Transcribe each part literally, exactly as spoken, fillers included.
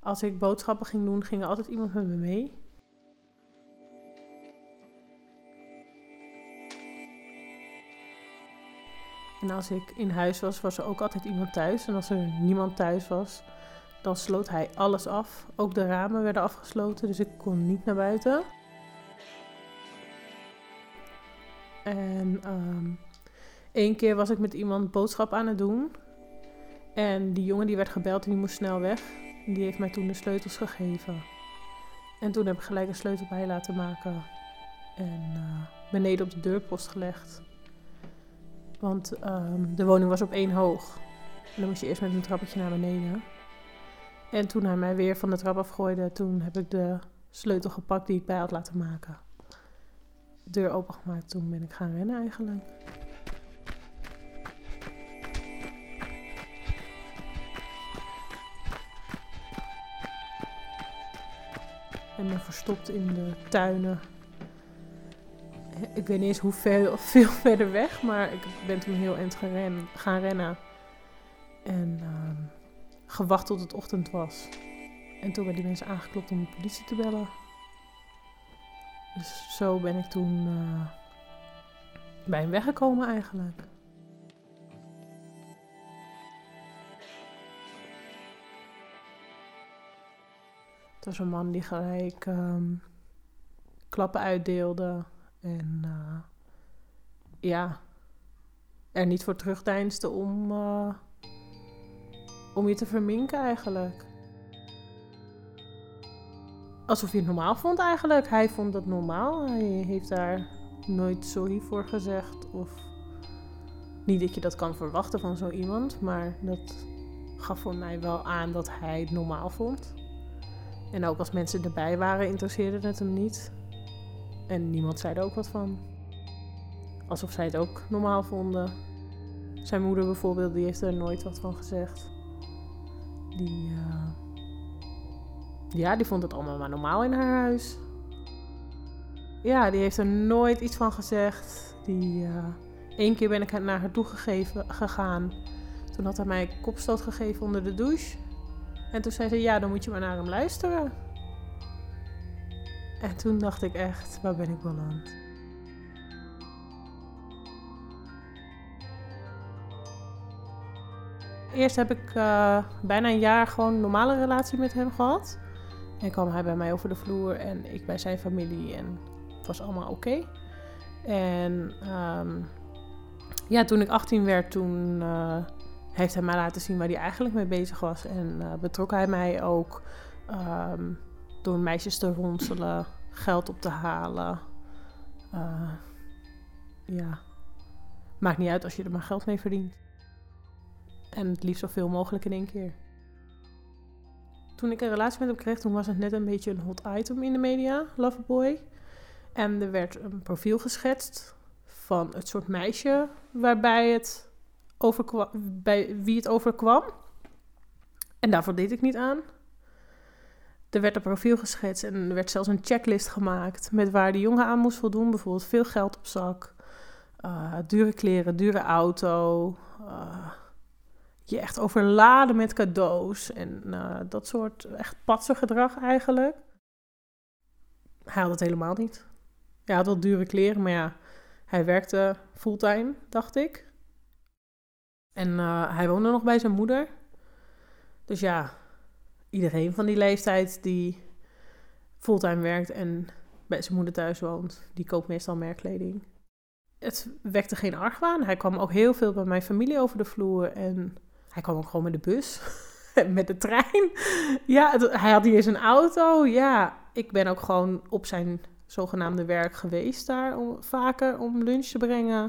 Als ik boodschappen ging doen, ging er altijd iemand met me mee. En als ik in huis was, was er ook altijd iemand thuis. En als er niemand thuis was, dan sloot hij alles af. Ook de ramen werden afgesloten, dus ik kon niet naar buiten. En um, één keer was ik met iemand boodschap aan het doen. En die jongen die werd gebeld en die moest snel weg. En die heeft mij toen de sleutels gegeven. En toen heb ik gelijk een sleutel bij laten maken. En uh, beneden op de deurpost gelegd. Want um, de woning was op één hoog. En dan moest je eerst met een trappetje naar beneden. En toen hij mij weer van de trap afgooide, toen heb ik de sleutel gepakt die ik bij had laten maken. De deur opengemaakt, toen ben ik gaan rennen eigenlijk. En me verstopt in de tuinen. Ik weet niet eens hoe ver of veel verder weg, maar ik ben toen heel eind gaan, ren, gaan rennen. En uh, gewacht tot het ochtend was. En toen werden die mensen aangeklopt om de politie te bellen. Dus zo ben ik toen uh, bij hem weggekomen eigenlijk. Het was een man die gelijk um, klappen uitdeelde. En uh, ja, er niet voor terugdeinsde om, uh, om je te verminken eigenlijk. Alsof hij het normaal vond eigenlijk. Hij vond dat normaal. Hij heeft daar nooit sorry voor gezegd. Of niet dat je dat kan verwachten van zo iemand. Maar dat gaf voor mij wel aan dat hij het normaal vond. En ook als mensen erbij waren, interesseerde het hem niet. En niemand zei er ook wat van. Alsof zij het ook normaal vonden. Zijn moeder bijvoorbeeld, die heeft er nooit wat van gezegd. Die, uh... ja, die vond het allemaal maar normaal in haar huis. Ja, die heeft er nooit iets van gezegd. Die, uh... Eén keer ben ik naar haar toe gegeven, gegaan. Toen had hij mij een kopstoot gegeven onder de douche. En toen zei ze, ja, dan moet je maar naar hem luisteren. En toen dacht ik echt, waar ben ik beland? Eerst heb ik uh, bijna een jaar gewoon een normale relatie met hem gehad. En kwam hij bij mij over de vloer en ik bij zijn familie. En het was allemaal oké. Okay. En um, ja, toen ik achttien werd, toen uh, heeft hij mij laten zien waar hij eigenlijk mee bezig was. En uh, betrok hij mij ook um, door meisjes te ronselen, geld op te halen. Uh, ja, maakt niet uit als je er maar geld mee verdient. En het liefst zoveel mogelijk in één keer. Toen ik een relatie met hem kreeg, toen was het net een beetje een hot item in de media, Loverboy. En er werd een profiel geschetst van het soort meisje waarbij het overkwam, bij wie het overkwam. En daarvoor deed ik niet aan. Er werd een profiel geschetst en er werd zelfs een checklist gemaakt met waar die jongen aan moest voldoen. Bijvoorbeeld veel geld op zak, uh, dure kleren, dure auto, uh, je echt overladen met cadeaus en uh, dat soort echt patsergedrag eigenlijk. Hij had het helemaal niet. Hij had wel dure kleren, maar ja, hij werkte fulltime, dacht ik. En uh, hij woonde nog bij zijn moeder. Dus ja, iedereen van die leeftijd die fulltime werkt en bij zijn moeder thuis woont, die koopt meestal merkkleding. Het wekte geen argwaan. Hij kwam ook heel veel bij mijn familie over de vloer en hij kwam ook gewoon met de bus, met de trein. Ja, het, hij had niet eens een auto. Ja, ik ben ook gewoon op zijn zogenaamde werk geweest daar om, vaker om lunch te brengen.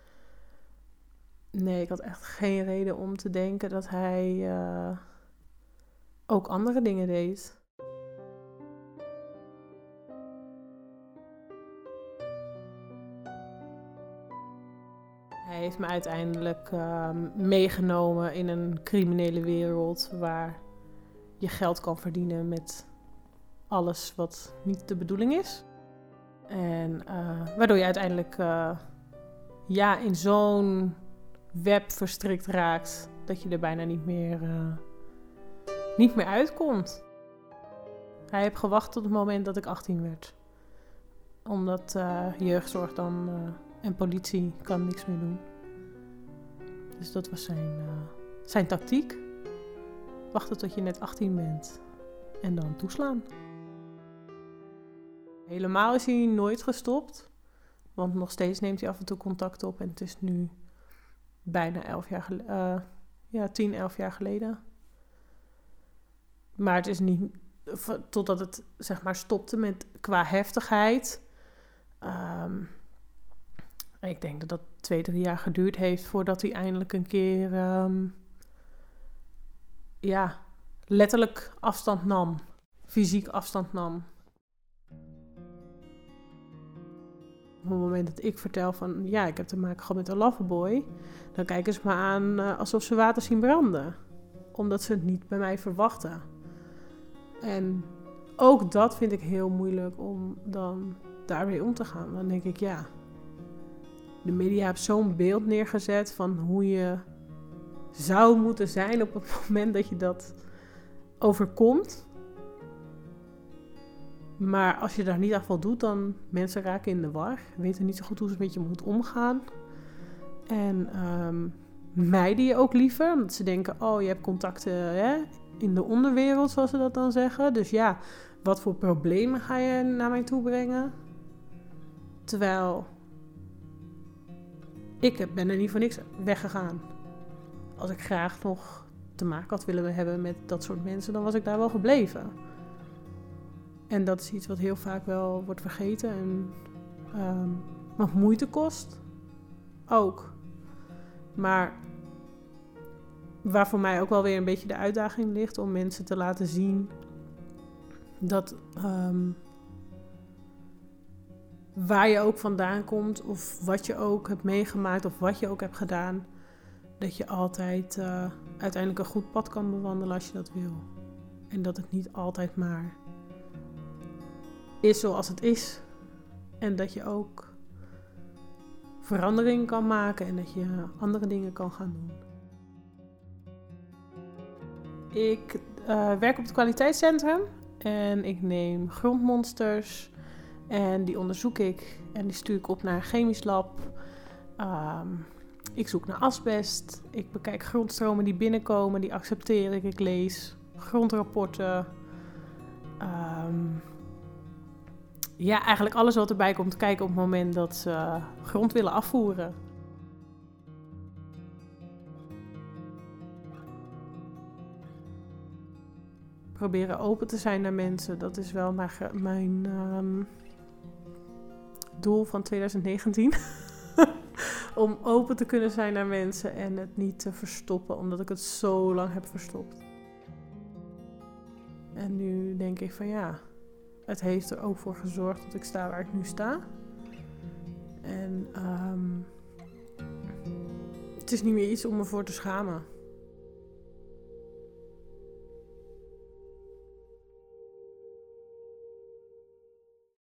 Nee, ik had echt geen reden om te denken dat hij uh, ook andere dingen deed. Hij heeft me uiteindelijk uh, meegenomen in een criminele wereld waar je geld kan verdienen met alles wat niet de bedoeling is. En uh, waardoor je uiteindelijk uh, ja, in zo'n web verstrikt raakt dat je er bijna niet meer, uh, niet meer uitkomt. Hij heeft gewacht tot het moment dat ik achttien werd. Omdat uh, jeugdzorg dan uh, en politie kan niks meer doen. Dus dat was zijn, uh, zijn tactiek. Wachten tot je net achttien bent. En dan toeslaan. Helemaal is hij nooit gestopt. Want nog steeds neemt hij af en toe contact op. En het is nu bijna elf jaar geleden. Uh, ja, tien, elf jaar geleden. Maar het is niet... Totdat het, zeg maar, stopte met qua heftigheid. Um, ik denk dat dat twee, drie jaar geduurd heeft voordat hij eindelijk een keer... Um, ja, letterlijk afstand nam. Fysiek afstand nam. Op het moment dat ik vertel van... Ja, ik heb te maken gehad met een loverboy. Dan kijken ze me aan uh, alsof ze water zien branden. Omdat ze het niet bij mij verwachten. En ook dat vind ik heel moeilijk om dan daarmee om te gaan. Dan denk ik, ja... De media heeft zo'n beeld neergezet van hoe je zou moeten zijn op het moment dat je dat overkomt. Maar als je daar niet aan voldoet, dan mensen raken in de war. Weten niet zo goed hoe ze met je moeten omgaan. En um, mijden je ook liever. Omdat ze denken, oh, je hebt contacten hè, in de onderwereld, zoals ze dat dan zeggen. Dus ja, wat voor problemen ga je naar mij toe brengen? Terwijl, ik ben er niet voor niks weggegaan. Als ik graag nog te maken had willen hebben met dat soort mensen, dan was ik daar wel gebleven. En dat is iets wat heel vaak wel wordt vergeten en um, wat moeite kost. Ook. Maar waar voor mij ook wel weer een beetje de uitdaging ligt om mensen te laten zien dat um, waar je ook vandaan komt of wat je ook hebt meegemaakt of wat je ook hebt gedaan, dat je altijd uh, uiteindelijk een goed pad kan bewandelen als je dat wil. En dat het niet altijd maar is zoals het is. En dat je ook verandering kan maken en dat je andere dingen kan gaan doen. Ik uh, werk op het kwaliteitscentrum en ik neem grondmonsters en die onderzoek ik en die stuur ik op naar een chemisch lab. Um, ik zoek naar asbest, ik bekijk grondstromen die binnenkomen, die accepteer ik, ik lees grondrapporten. Um, Ja, eigenlijk alles wat erbij komt kijken op het moment dat ze grond willen afvoeren. Proberen open te zijn naar mensen, dat is wel mijn, mijn um, doel van twintig negentien. Om open te kunnen zijn naar mensen en het niet te verstoppen, omdat ik het zo lang heb verstopt. En nu denk ik van ja... Het heeft er ook voor gezorgd dat ik sta waar ik nu sta. En um, het is niet meer iets om me voor te schamen.